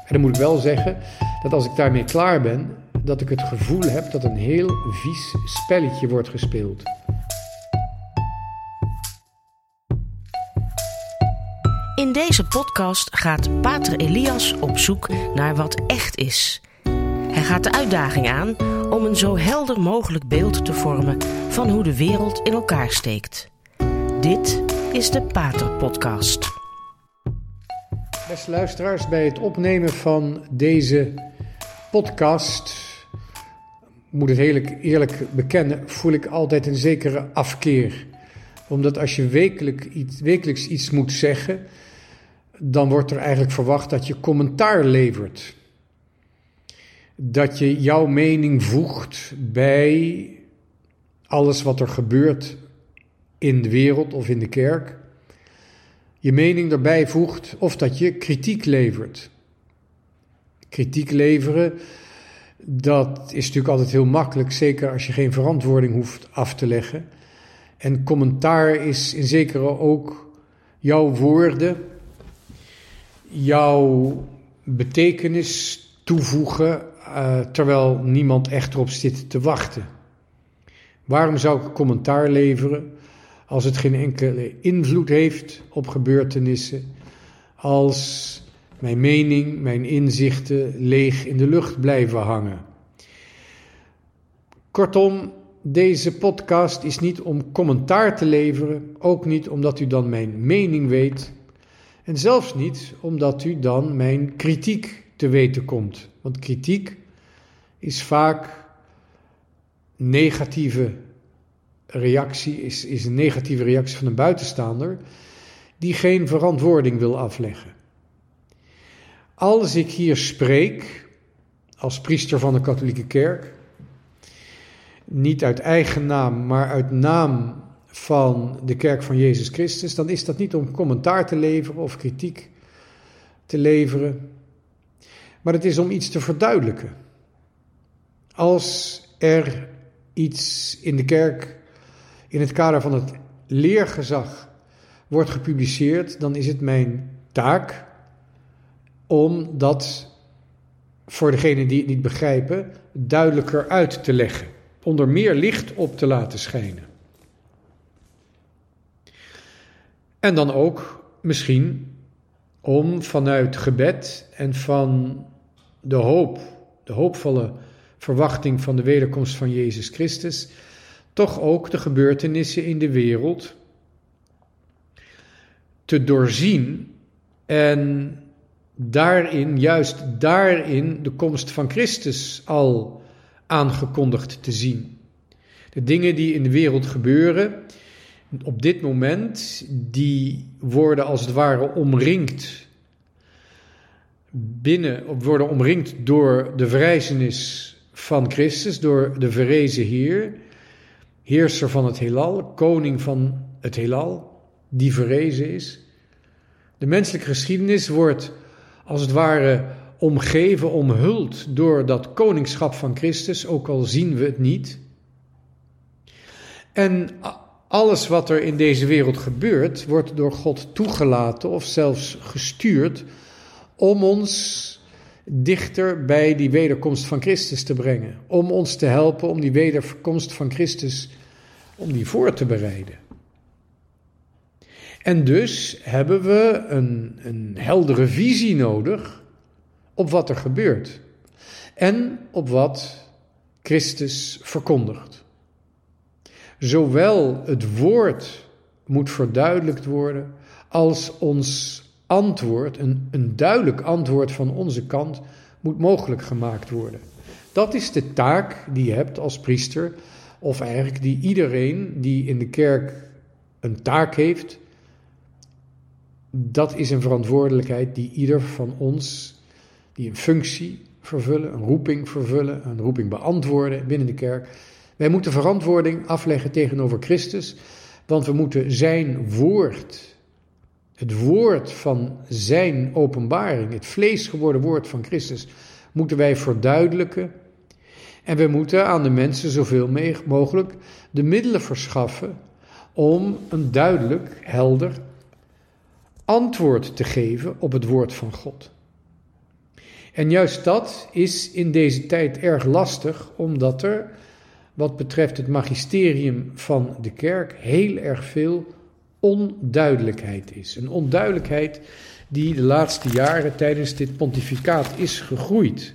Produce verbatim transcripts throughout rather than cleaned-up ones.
En dan moet ik wel zeggen dat als ik daarmee klaar ben, dat ik het gevoel heb dat een heel vies spelletje wordt gespeeld. In deze podcast gaat Pater Elias op zoek naar wat echt is. Hij gaat de uitdaging aan om een zo helder mogelijk beeld te vormen van hoe de wereld in elkaar steekt. Dit is de Pater Podcast. Beste luisteraars, bij het opnemen van deze podcast, moet het eerlijk, eerlijk bekennen, voel ik altijd een zekere afkeer. Omdat als je wekelijk iets, wekelijks iets moet zeggen, dan wordt er eigenlijk verwacht dat je commentaar levert. Dat je jouw mening voegt bij alles wat er gebeurt in de wereld of in de kerk. Je mening erbij voegt of dat je kritiek levert. Kritiek leveren, dat is natuurlijk altijd heel makkelijk, zeker als je geen verantwoording hoeft af te leggen. En commentaar is in zekere ook jouw woorden, jouw betekenis toevoegen, uh, terwijl niemand echt erop zit te wachten. Waarom zou ik commentaar leveren als het geen enkele invloed heeft op gebeurtenissen, als mijn mening, mijn inzichten leeg in de lucht blijven hangen? Kortom, deze podcast is niet om commentaar te leveren, ook niet omdat u dan mijn mening weet, en zelfs niet omdat u dan mijn kritiek te weten komt. Want kritiek is vaak negatieve reactie, is, is een negatieve reactie van een buitenstaander die geen verantwoording wil afleggen. Als ik hier spreek, als priester van de katholieke kerk, niet uit eigen naam, maar uit naam van de kerk van Jezus Christus, dan is dat niet om commentaar te leveren of kritiek te leveren, maar het is om iets te verduidelijken. Als er iets in de kerk in het kader van het leergezag wordt gepubliceerd, dan is het mijn taak om dat voor degenen die het niet begrijpen duidelijker uit te leggen, om er meer licht op te laten schijnen. En dan ook misschien om vanuit gebed en van de hoop, de hoopvolle verwachting van de wederkomst van Jezus Christus, toch ook de gebeurtenissen in de wereld te doorzien en daarin, juist daarin, de komst van Christus al aangekondigd te zien. De dingen die in de wereld gebeuren op dit moment, die worden als het ware omringd, binnen, worden omringd door de verrijzenis van Christus, door de verrezen Heer, heerser van het heelal, koning van het heelal, die verrezen is. De menselijke geschiedenis wordt als het ware omgeven, omhuld door dat koningschap van Christus, ook al zien we het niet. En alles wat er in deze wereld gebeurt, wordt door God toegelaten of zelfs gestuurd om ons dichter bij die wederkomst van Christus te brengen. Om ons te helpen om die wederkomst van Christus, om die voor te bereiden. En dus hebben we een, een heldere visie nodig op wat er gebeurt. En op wat Christus verkondigt. Zowel het woord moet verduidelijkt worden, als ons antwoord, een, een duidelijk antwoord van onze kant, moet mogelijk gemaakt worden. Dat is de taak die je hebt als priester, of eigenlijk die iedereen die in de kerk een taak heeft. Dat is een verantwoordelijkheid die ieder van ons, die een functie vervullen, een roeping vervullen, een roeping beantwoorden binnen de kerk. Wij moeten verantwoording afleggen tegenover Christus, want we moeten zijn woord, het woord van zijn openbaring, het vlees geworden woord van Christus, moeten wij verduidelijken. En we moeten aan de mensen zoveel mogelijk de middelen verschaffen om een duidelijk, helder antwoord te geven op het woord van God. En juist dat is in deze tijd erg lastig, omdat er, wat betreft het magisterium van de kerk, heel erg veel onduidelijkheid is. Een onduidelijkheid die de laatste jaren tijdens dit pontificaat is gegroeid.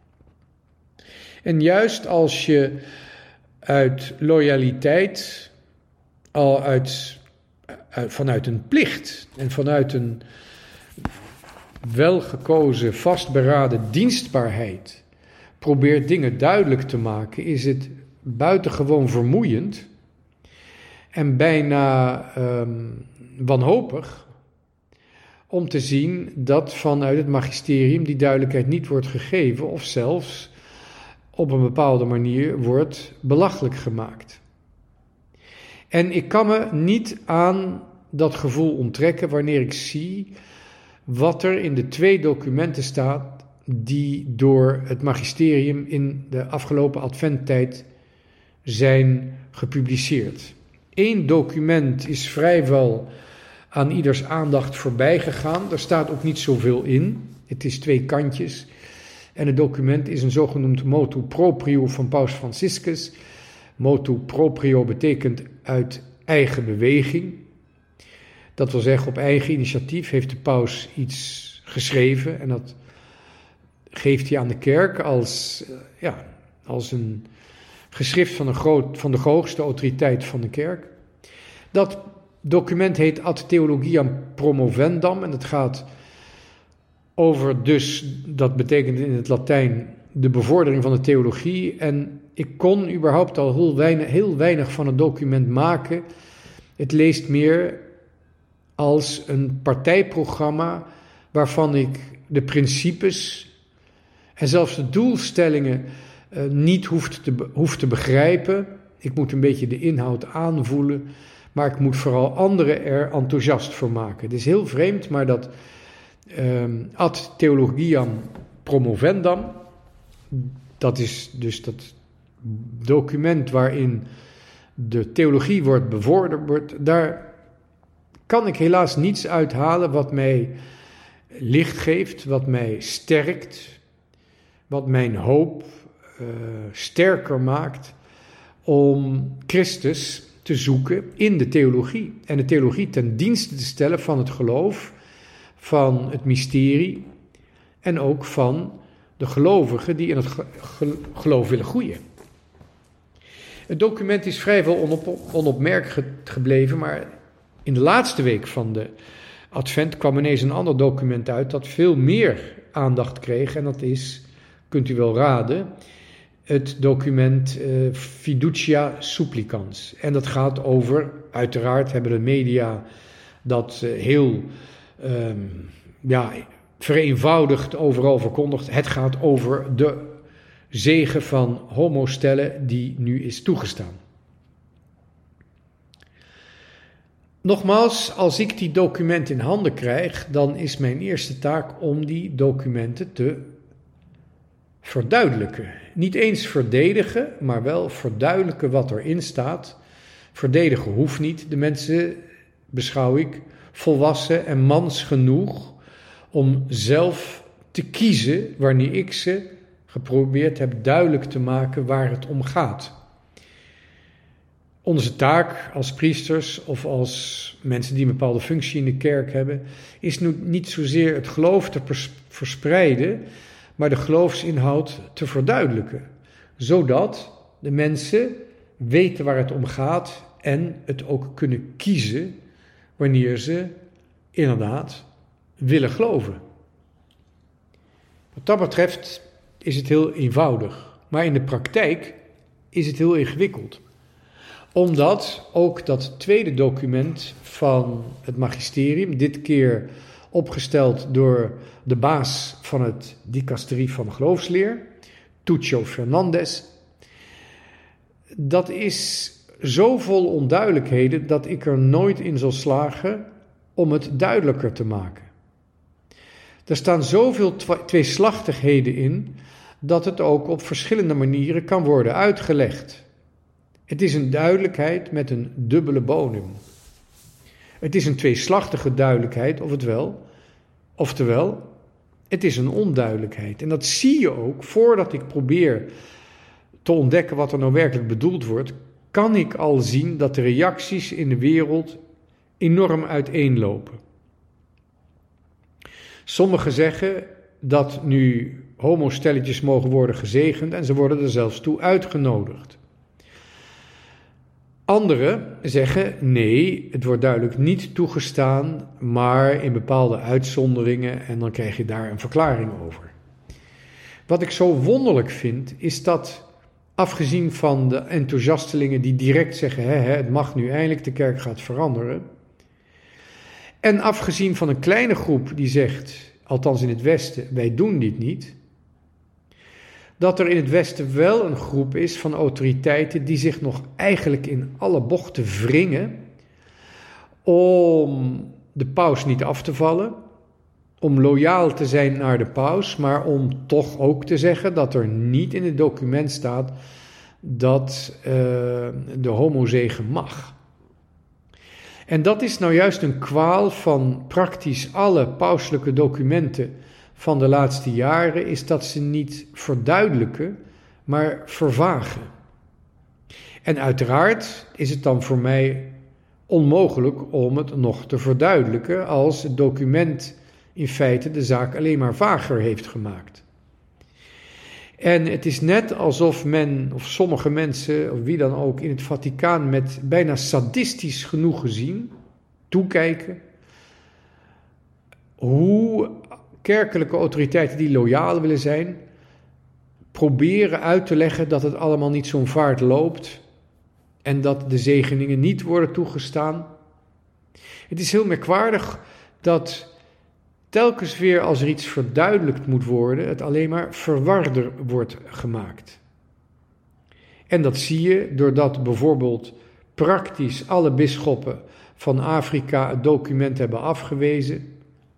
En juist als je uit loyaliteit, al uit, uit, vanuit een plicht en vanuit een welgekozen, vastberaden dienstbaarheid probeert dingen duidelijk te maken, is het buitengewoon vermoeiend en bijna um, wanhopig om te zien dat vanuit het magisterium die duidelijkheid niet wordt gegeven of zelfs op een bepaalde manier wordt belachelijk gemaakt. En ik kan me niet aan dat gevoel onttrekken wanneer ik zie wat er in de twee documenten staat die door het magisterium in de afgelopen adventtijd zijn gepubliceerd. Eén document is vrijwel aan ieders aandacht voorbij gegaan. Er staat ook niet zoveel in. Het is twee kantjes. En het document is een zogenoemd motu proprio van Paus Franciscus. Motu proprio betekent uit eigen beweging. Dat wil zeggen, op eigen initiatief heeft de paus iets geschreven. En dat geeft hij aan de kerk als, ja, als een geschrift van de, groot, van de hoogste autoriteit van de kerk. Dat document heet Ad Theologiam Promovendam. En het gaat over dus, dat betekent in het Latijn, de bevordering van de theologie. En ik kon überhaupt al heel weinig, heel weinig van het document maken. Het leest meer als een partijprogramma waarvan ik de principes en zelfs de doelstellingen uh, niet hoef te, hoef te begrijpen. Ik moet een beetje de inhoud aanvoelen, maar ik moet vooral anderen er enthousiast voor maken. Het is heel vreemd, maar dat um, Ad Theologiam Promovendam, dat is dus dat document waarin de theologie wordt bevorderd, daar kan ik helaas niets uithalen wat mij licht geeft, wat mij sterkt, wat mijn hoop uh, sterker maakt om Christus te zoeken in de theologie. En de theologie ten dienste te stellen van het geloof, van het mysterie en ook van de gelovigen die in het geloof willen groeien. Het document is vrijwel onop, onopmerkelijk gebleven, maar in de laatste week van de Advent kwam ineens een ander document uit dat veel meer aandacht kreeg. En dat is, kunt u wel raden, het document uh, Fiducia Supplicans. En dat gaat over, uiteraard hebben de media dat uh, heel um, ja, vereenvoudigd overal verkondigd. Het gaat over de zegen van homostellen die nu is toegestaan. Nogmaals, als ik die documenten in handen krijg, dan is mijn eerste taak om die documenten te verduidelijken. Niet eens verdedigen, maar wel verduidelijken wat erin staat. Verdedigen hoeft niet. De mensen beschouw ik volwassen en mans genoeg om zelf te kiezen wanneer ik ze geprobeerd heb duidelijk te maken waar het om gaat. Onze taak als priesters of als mensen die een bepaalde functie in de kerk hebben, is nu niet zozeer het geloof te verspreiden, maar de geloofsinhoud te verduidelijken. Zodat de mensen weten waar het om gaat en het ook kunnen kiezen wanneer ze inderdaad willen geloven. Wat dat betreft is het heel eenvoudig, maar in de praktijk is het heel ingewikkeld. Omdat ook dat tweede document van het magisterium, dit keer opgesteld door de baas van het dicasterie van geloofsleer, Tuccio Fernandez, dat is zo vol onduidelijkheden dat ik er nooit in zal slagen om het duidelijker te maken. Er staan zoveel tweeslachtigheden in dat het ook op verschillende manieren kan worden uitgelegd. Het is een duidelijkheid met een dubbele bodem. Het is een tweeslachtige duidelijkheid, of het wel, oftewel, Het is een onduidelijkheid. En dat zie je ook, voordat ik probeer te ontdekken wat er nou werkelijk bedoeld wordt, kan ik al zien dat de reacties in de wereld enorm uiteenlopen. Sommigen zeggen dat nu homostelletjes mogen worden gezegend en ze worden er zelfs toe uitgenodigd. Anderen zeggen nee, het wordt duidelijk niet toegestaan, maar in bepaalde uitzonderingen en dan krijg je daar een verklaring over. Wat ik zo wonderlijk vind is dat, afgezien van de enthousiastelingen die direct zeggen, hè, hè, het mag nu eindelijk, de kerk gaat veranderen. En afgezien van een kleine groep die zegt, althans in het Westen, wij doen dit niet. Dat er in het Westen wel een groep is van autoriteiten die zich nog eigenlijk in alle bochten wringen om de paus niet af te vallen, om loyaal te zijn naar de paus, maar om toch ook te zeggen dat er niet in het document staat dat uh, de homozegen mag. En dat is nou juist een kwaal van praktisch alle pauselijke documenten van de laatste jaren, is dat ze niet verduidelijken, maar vervagen. En uiteraard is het dan voor mij onmogelijk om het nog te verduidelijken als het document in feite de zaak alleen maar vager heeft gemaakt. En het is net alsof men, of sommige mensen, of wie dan ook, in het Vaticaan met bijna sadistisch genoegen zien, toekijken, hoe kerkelijke autoriteiten die loyaal willen zijn, proberen uit te leggen dat het allemaal niet zo'n vaart loopt en dat de zegeningen niet worden toegestaan. Het is heel merkwaardig dat telkens weer als er iets verduidelijkt moet worden, het alleen maar verwarder wordt gemaakt. En dat zie je doordat bijvoorbeeld praktisch alle bisschoppen van Afrika het document hebben afgewezen.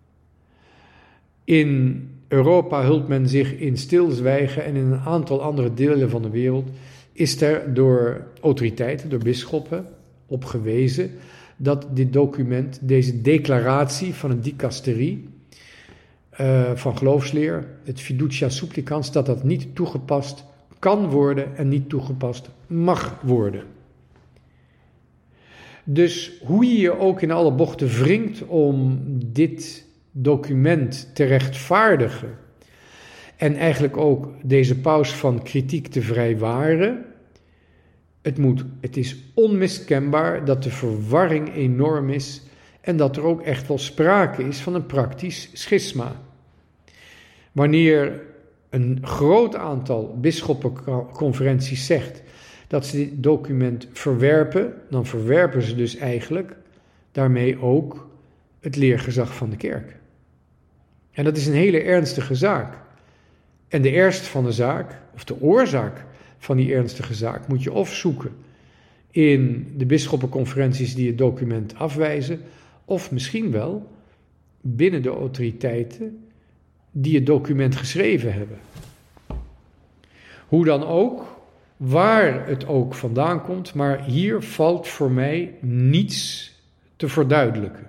In Europa hult men zich in stilzwijgen en in een aantal andere delen van de wereld is er door autoriteiten, door bisschoppen, op gewezen dat dit document, deze declaratie van een dicasterie uh, van geloofsleer, het fiducia supplicans, dat dat niet toegepast kan worden en niet toegepast mag worden. Dus hoe je je ook in alle bochten wringt om dit document te rechtvaardigen en eigenlijk ook deze paus van kritiek te vrijwaren, het, moet, het is onmiskenbaar dat de verwarring enorm is en dat er ook echt wel sprake is van een praktisch schisma. Wanneer een groot aantal bisschoppenconferenties zegt dat ze dit document verwerpen, dan verwerpen ze dus eigenlijk daarmee ook het leergezag van de kerk. En dat is een hele ernstige zaak. En de ernst van de zaak, of de oorzaak van die ernstige zaak, moet je of zoeken in de bisschoppenconferenties die het document afwijzen, of misschien wel binnen de autoriteiten die het document geschreven hebben. Hoe dan ook, waar het ook vandaan komt, maar hier valt voor mij niets te verduidelijken.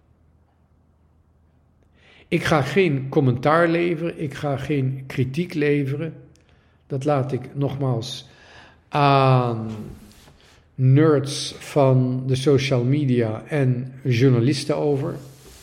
Ik ga geen commentaar leveren, ik ga geen kritiek leveren. Dat laat ik nogmaals aan nerds van de social media en journalisten over.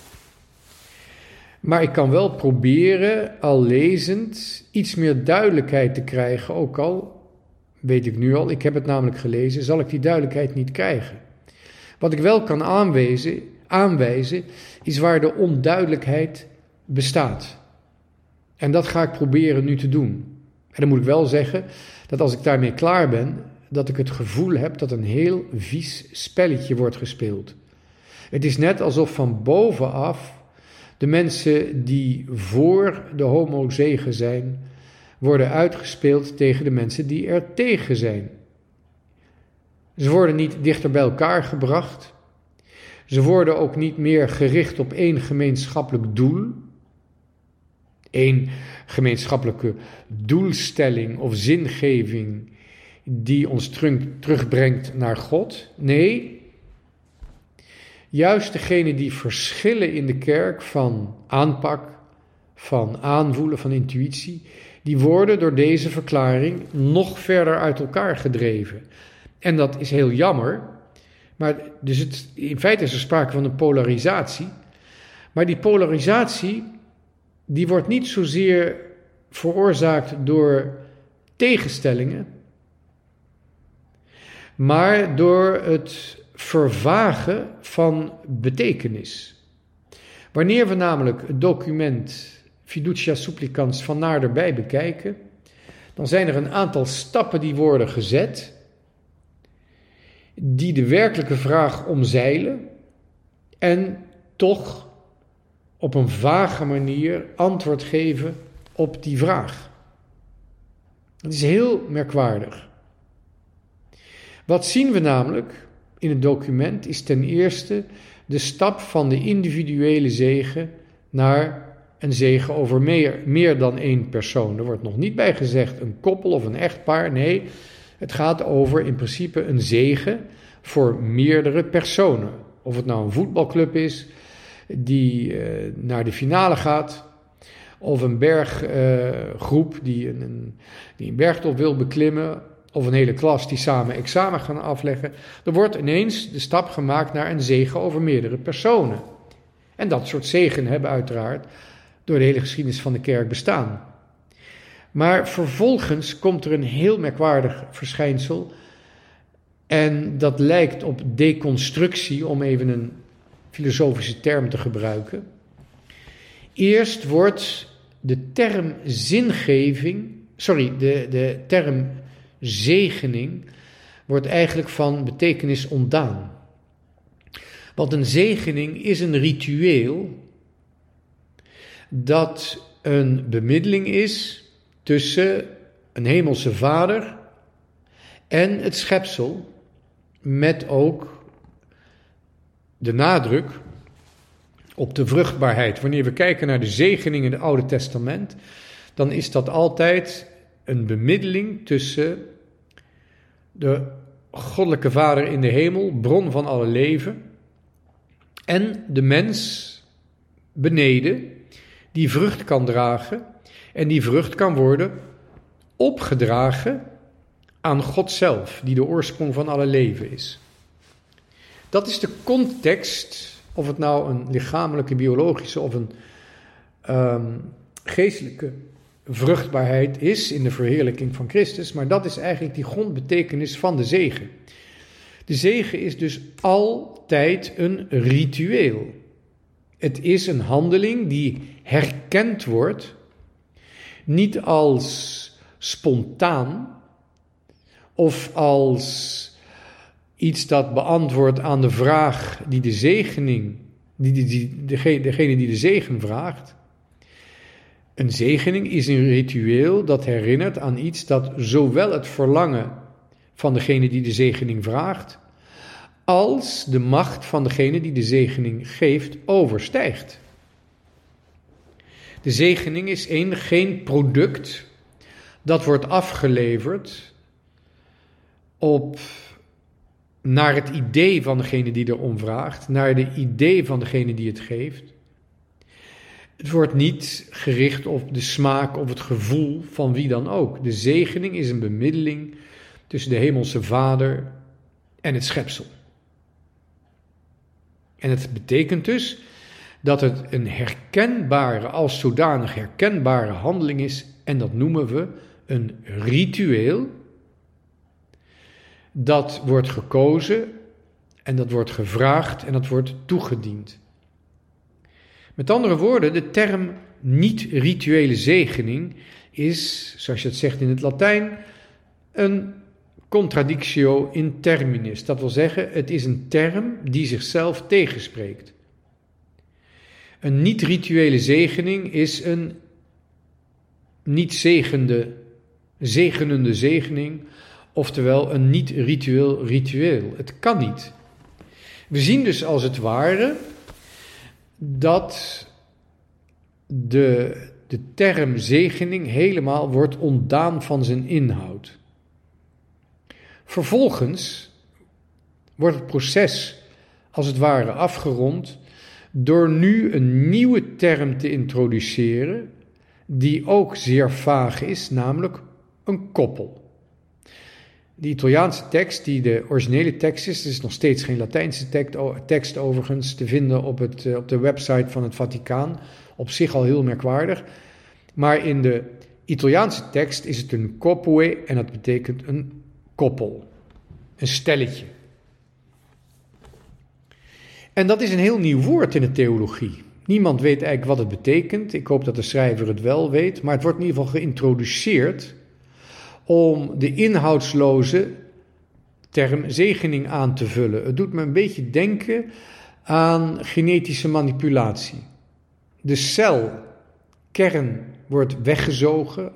Maar ik kan wel proberen, al lezend, iets meer duidelijkheid te krijgen. Ook al, weet ik nu al, ik heb het namelijk gelezen, zal ik die duidelijkheid niet krijgen. Wat ik wel kan aanwijzen, aanwijzen is waar de onduidelijkheid bestaat. En dat ga ik proberen nu te doen. En dan moet ik wel zeggen dat als ik daarmee klaar ben, dat ik het gevoel heb dat een heel vies spelletje wordt gespeeld. Het is net alsof van bovenaf de mensen die voor de homozegen zijn, worden uitgespeeld tegen de mensen die er tegen zijn. Ze worden niet dichter bij elkaar gebracht. Ze worden ook niet meer gericht op één gemeenschappelijk doel. Één gemeenschappelijke doelstelling of zingeving die ons terug, terugbrengt naar God. Nee, juist degenen die verschillen in de kerk van aanpak, van aanvoelen, van intuïtie, die worden door deze verklaring nog verder uit elkaar gedreven. En dat is heel jammer, maar dus het, in feite is er sprake van een polarisatie. Maar die polarisatie, die wordt niet zozeer veroorzaakt door tegenstellingen, maar door het vervagen van betekenis. Wanneer we namelijk het document Fiducia Supplicans van naderbij bekijken, dan zijn er een aantal stappen die worden gezet, die de werkelijke vraag omzeilen en toch op een vage manier antwoord geven op die vraag. Het is heel merkwaardig. Wat zien we namelijk in het document is ten eerste de stap van de individuele zegen naar een zegen over meer, meer dan één persoon. Er wordt nog niet bij gezegd een koppel of een echtpaar. Nee, het gaat over in principe een zegen voor meerdere personen. Of het nou een voetbalclub is die uh, naar de finale gaat, of een berggroep uh, die, een, die een bergtop wil beklimmen, of een hele klas die samen examen gaan afleggen. Er wordt ineens de stap gemaakt naar een zegen over meerdere personen. En dat soort zegenen hebben uiteraard door de hele geschiedenis van de kerk bestaan. Maar vervolgens komt er een heel merkwaardig verschijnsel. En dat lijkt op deconstructie, om even een filosofische term te gebruiken. Eerst wordt de term zingeving, sorry, de, de term zegening wordt eigenlijk van betekenis ontdaan. Want een zegening is een ritueel dat een bemiddeling is tussen een hemelse Vader en het schepsel, met ook de nadruk op de vruchtbaarheid. Wanneer we kijken naar de zegening in het Oude Testament, dan is dat altijd een bemiddeling tussen de goddelijke Vader in de hemel, bron van alle leven, en de mens beneden, die vrucht kan dragen en die vrucht kan worden opgedragen aan God zelf, die de oorsprong van alle leven is. Dat is de context, of het nou een lichamelijke, biologische of een um, geestelijke vruchtbaarheid is in de verheerlijking van Christus, maar dat is eigenlijk die grondbetekenis van de zegen. De zegen is dus altijd een ritueel. Het is een handeling die herkend wordt, niet als spontaan of als iets dat beantwoordt aan de vraag die de zegening, die, die, die, degene, degene die de zegen vraagt. Een zegening is een ritueel dat herinnert aan iets dat zowel het verlangen van degene die de zegening vraagt, als de macht van degene die de zegening geeft overstijgt. De zegening is een, geen product dat wordt afgeleverd op, naar het idee van degene die erom vraagt, naar de idee van degene die het geeft. Het wordt niet gericht op de smaak of het gevoel van wie dan ook. De zegening is een bemiddeling tussen de hemelse Vader en het schepsel. En het betekent dus dat het een herkenbare, als zodanig herkenbare handeling is, en dat noemen we een ritueel. Dat wordt gekozen en dat wordt gevraagd en dat wordt toegediend. Met andere woorden, de term niet-rituele zegening is, zoals je het zegt in het Latijn, een contradictio in terminis. Dat wil zeggen, het is een term die zichzelf tegenspreekt. Een niet-rituele zegening is een niet-zegende, zegenende zegening, oftewel een niet-ritueel ritueel. Het kan niet. We zien dus als het ware dat de, de term zegening helemaal wordt ontdaan van zijn inhoud. Vervolgens wordt het proces als het ware afgerond door nu een nieuwe term te introduceren die ook zeer vaag is, namelijk een koppel. De Italiaanse tekst, die de originele tekst is, is nog steeds geen Latijnse tekst, tekst overigens, te vinden op, het, op de website van het Vaticaan. Op zich al heel merkwaardig. Maar in de Italiaanse tekst is het een coppue en dat betekent een koppel. Een stelletje. En dat is een heel nieuw woord in de theologie. Niemand weet eigenlijk wat het betekent. Ik hoop dat de schrijver het wel weet. Maar het wordt in ieder geval geïntroduceerd om de inhoudsloze term zegening aan te vullen. Het doet me een beetje denken aan genetische manipulatie. De celkern wordt weggezogen,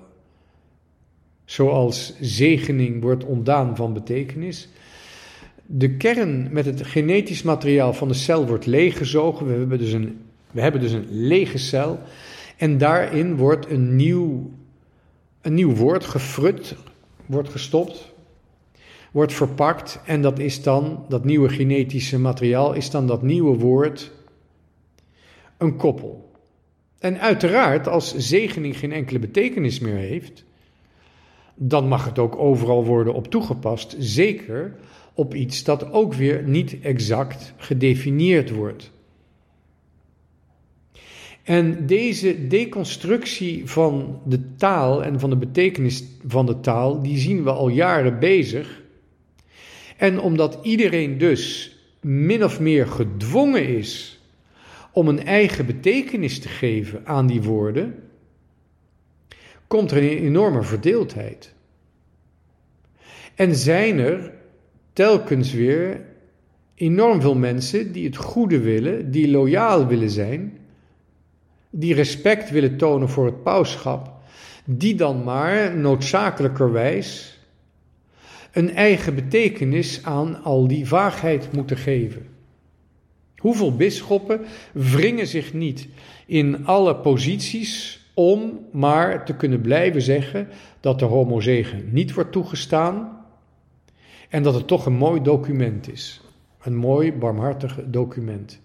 zoals zegening wordt ontdaan van betekenis. De kern met het genetisch materiaal van de cel wordt leeggezogen. We hebben dus een, we hebben dus een lege cel. En daarin wordt een nieuw, een nieuw woord gefrut, wordt gestopt, wordt verpakt. En dat is dan, dat nieuwe genetische materiaal, is dan dat nieuwe woord een koppel. En uiteraard, als zegening geen enkele betekenis meer heeft, dan mag het ook overal worden op toegepast. Zeker op iets dat ook weer niet exact gedefinieerd wordt. En deze deconstructie van de taal en van de betekenis van de taal, die zien we al jaren bezig. En omdat iedereen dus min of meer gedwongen is om een eigen betekenis te geven aan die woorden, komt er een enorme verdeeldheid. En zijn er telkens weer enorm veel mensen die het goede willen, die loyaal willen zijn, die respect willen tonen voor het pausschap, die dan maar noodzakelijkerwijs een eigen betekenis aan al die vaagheid moeten geven. Hoeveel bisschoppen wringen zich niet in alle posities om maar te kunnen blijven zeggen dat de homozegen niet wordt toegestaan en dat het toch een mooi document is. Een mooi, barmhartig document.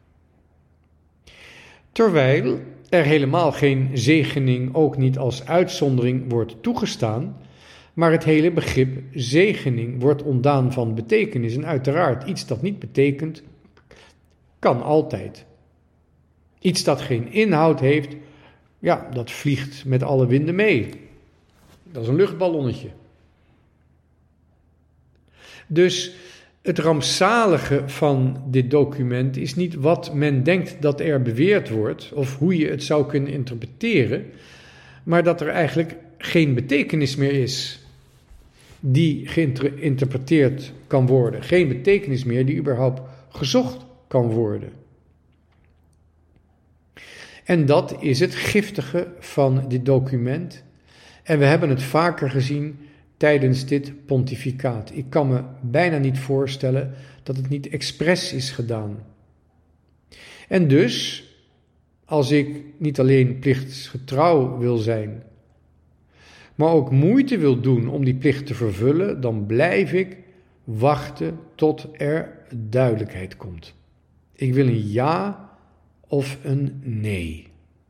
Terwijl er helemaal geen zegening, ook niet als uitzondering, wordt toegestaan, maar het hele begrip zegening wordt ontdaan van betekenis. En uiteraard, iets dat niet betekent, kan altijd. Iets dat geen inhoud heeft, ja, dat vliegt met alle winden mee. Dat is een luchtballonnetje. Dus het rampzalige van dit document is niet wat men denkt dat er beweerd wordt, of hoe je het zou kunnen interpreteren, maar dat er eigenlijk geen betekenis meer is die geïnterpreteerd kan worden. Geen betekenis meer die überhaupt gezocht kan worden. En dat is het giftige van dit document. En we hebben het vaker gezien tijdens dit pontificaat. Ik kan me bijna niet voorstellen dat het niet expres is gedaan. En dus, als ik niet alleen plichtsgetrouw wil zijn, maar ook moeite wil doen om die plicht te vervullen, dan blijf ik wachten tot er duidelijkheid komt. Ik wil een ja of een nee.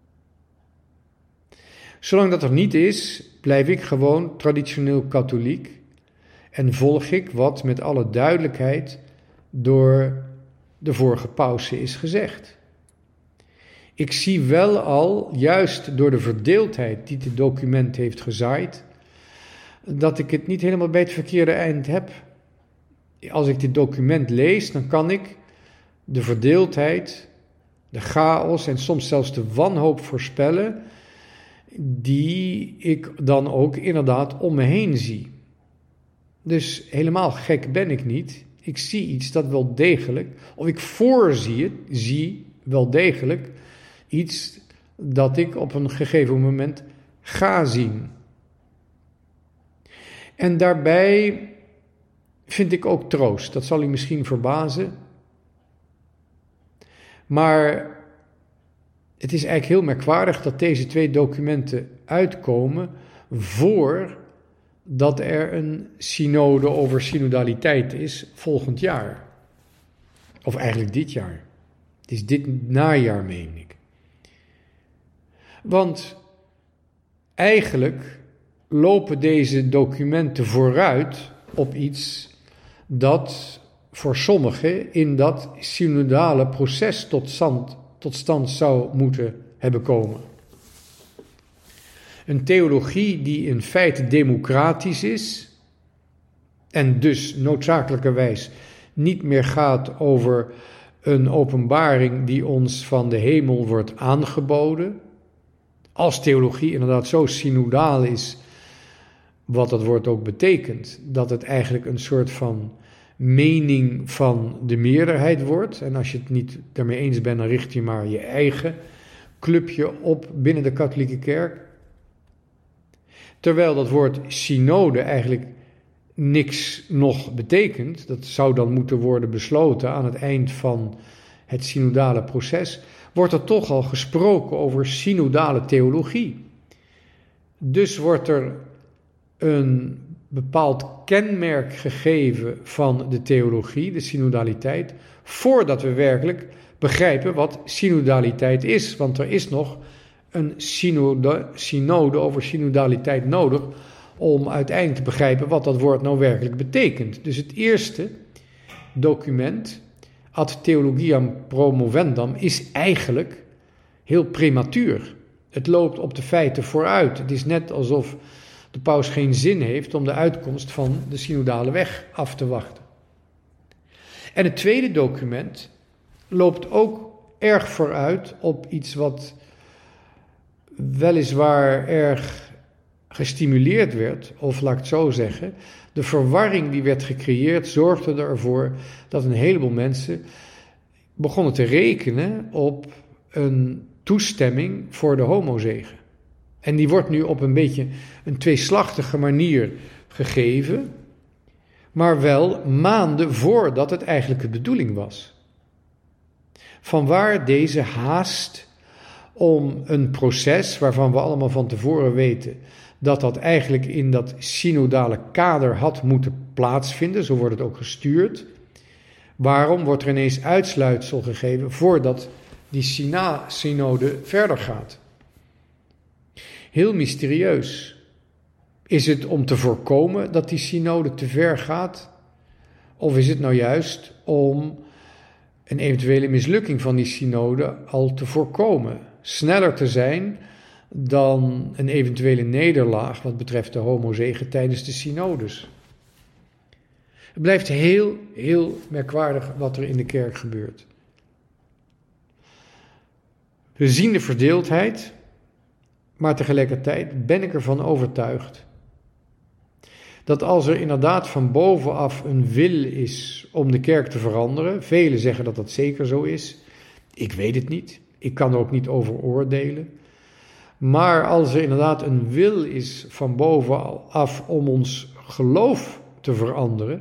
Zolang dat er niet is, blijf ik gewoon traditioneel katholiek en volg ik wat met alle duidelijkheid door de vorige pausen is gezegd. Ik zie wel al, juist door de verdeeldheid die dit document heeft gezaaid, dat ik het niet helemaal bij het verkeerde eind heb. Als ik dit document lees, dan kan ik de verdeeldheid, de chaos en soms zelfs de wanhoop voorspellen, die ik dan ook inderdaad om me heen zie. Dus helemaal gek ben ik niet. Ik zie iets dat wel degelijk, of ik voorzie het, zie wel degelijk iets dat ik op een gegeven moment ga zien. En daarbij vind ik ook troost. Dat zal u misschien verbazen. Maar het is eigenlijk heel merkwaardig dat deze twee documenten uitkomen voordat er een synode over synodaliteit is volgend jaar. Of eigenlijk dit jaar. Het is dit najaar, meen ik. Want eigenlijk lopen deze documenten vooruit op iets dat voor sommigen in dat synodale proces tot stand, tot stand zou moeten hebben komen. Een theologie die in feite democratisch is en dus noodzakelijkerwijs niet meer gaat over een openbaring die ons van de hemel wordt aangeboden. Als theologie inderdaad zo synodaal is, wat dat woord ook betekent, dat het eigenlijk een soort van mening van de meerderheid wordt. En als je het niet daarmee eens bent, dan richt je maar je eigen clubje op binnen de katholieke kerk. Terwijl dat woord synode eigenlijk niks nog betekent. Dat zou dan moeten worden besloten aan het eind van het synodale proces. Wordt er toch al gesproken over synodale theologie. Dus wordt er een bepaald kenmerk gegeven van de theologie, de synodaliteit, voordat we werkelijk begrijpen wat synodaliteit is. Want er is nog een synode, synode over synodaliteit nodig om uiteindelijk te begrijpen wat dat woord nou werkelijk betekent. Dus het eerste document, Ad Theologiam Promovendam, is eigenlijk heel prematuur. Het loopt op de feiten vooruit. Het is net alsof de paus geen zin heeft om de uitkomst van de synodale weg af te wachten. En het tweede document loopt ook erg vooruit op iets wat weliswaar erg gestimuleerd werd, of laat ik het zo zeggen, de verwarring die werd gecreëerd zorgde ervoor dat een heleboel mensen begonnen te rekenen op een toestemming voor de homozegen. En die wordt nu op een beetje een tweeslachtige manier gegeven, maar wel maanden voordat het eigenlijk de bedoeling was. Vanwaar deze haast om een proces waarvan we allemaal van tevoren weten dat dat eigenlijk in dat synodale kader had moeten plaatsvinden, zo wordt het ook gestuurd. Waarom wordt er ineens uitsluitsel gegeven voordat die synode verder gaat? Heel mysterieus. Is het om te voorkomen dat die synode te ver gaat? Of is het nou juist om een eventuele mislukking van die synode al te voorkomen? Sneller te zijn dan een eventuele nederlaag wat betreft de homozegen tijdens de synodes. Het blijft heel, heel merkwaardig wat er in de kerk gebeurt. We zien de verdeeldheid, maar tegelijkertijd ben ik ervan overtuigd dat als er inderdaad van bovenaf een wil is om de kerk te veranderen, velen zeggen dat dat zeker zo is, ik weet het niet, ik kan er ook niet over oordelen, maar als er inderdaad een wil is van bovenaf om ons geloof te veranderen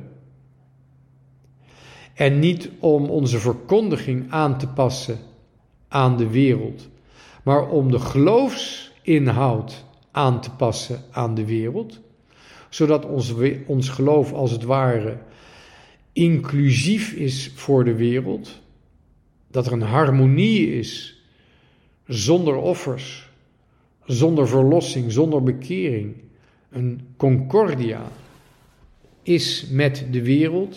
en niet om onze verkondiging aan te passen aan de wereld, maar om de geloofsinhoud aan te passen aan de wereld, zodat ons, ons geloof als het ware inclusief is voor de wereld, dat er een harmonie is zonder offers, zonder verlossing, zonder bekering, een concordia is met de wereld,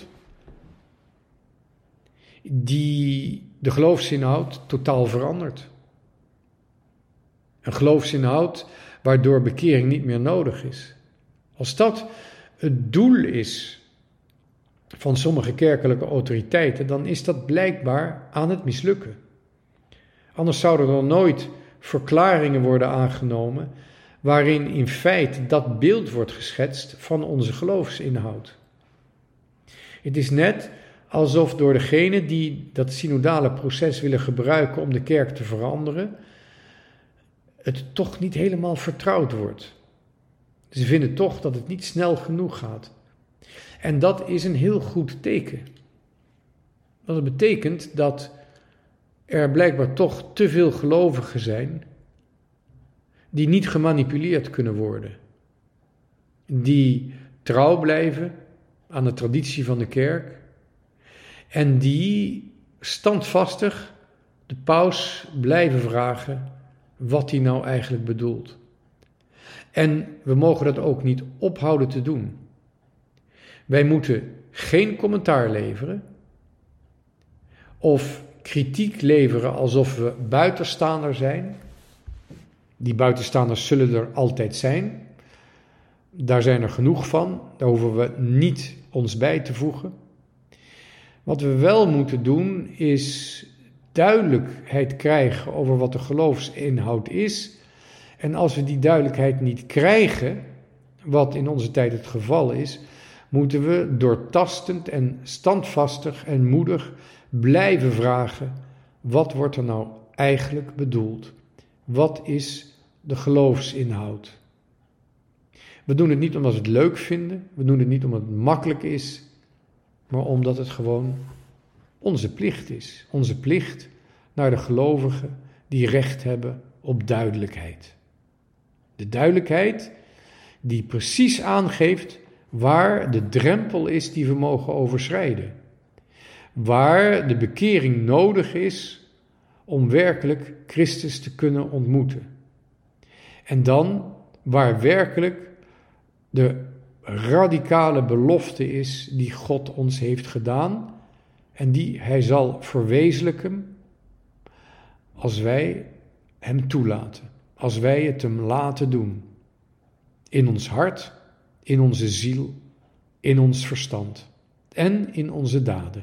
die de geloofsinhoud totaal verandert. Een geloofsinhoud waardoor bekering niet meer nodig is. Als dat het doel is van sommige kerkelijke autoriteiten, dan is dat blijkbaar aan het mislukken. Anders zouden er nooit verklaringen worden aangenomen waarin in feite dat beeld wordt geschetst van onze geloofsinhoud. Het is net alsof door degenen die dat synodale proces willen gebruiken om de kerk te veranderen, het toch niet helemaal vertrouwd wordt. Ze vinden toch dat het niet snel genoeg gaat. En dat is een heel goed teken. Want het betekent dat er blijkbaar toch te veel gelovigen zijn die niet gemanipuleerd kunnen worden. Die trouw blijven aan de traditie van de kerk en die standvastig de paus blijven vragen wat hij nou eigenlijk bedoelt. En we mogen dat ook niet ophouden te doen. Wij moeten geen commentaar leveren of kritiek leveren alsof we buitenstaander zijn. Die buitenstaanders zullen er altijd zijn. Daar zijn er genoeg van. Daar hoeven we niet ons bij te voegen. Wat we wel moeten doen is duidelijkheid krijgen over wat de geloofsinhoud is. En als we die duidelijkheid niet krijgen, wat in onze tijd het geval is, moeten we doortastend en standvastig en moedig blijven vragen: wat wordt er nou eigenlijk bedoeld? Wat is de geloofsinhoud? We doen het niet omdat we het leuk vinden, we doen het niet omdat het makkelijk is, maar omdat het gewoon onze plicht is. Onze plicht naar de gelovigen die recht hebben op duidelijkheid. De duidelijkheid die precies aangeeft waar de drempel is die we mogen overschrijden. Waar de bekering nodig is om werkelijk Christus te kunnen ontmoeten. En dan waar werkelijk de radicale belofte is die God ons heeft gedaan en die Hij zal verwezenlijken als wij Hem toelaten, als wij het Hem laten doen. In ons hart, in onze ziel, in ons verstand en in onze daden.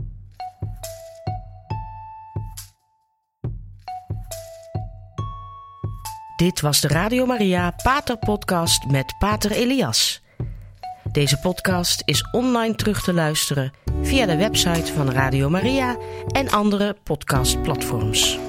Dit was de Radio Maria Pater Podcast met Pater Elias. Deze podcast is online terug te luisteren via de website van Radio Maria en andere podcastplatforms.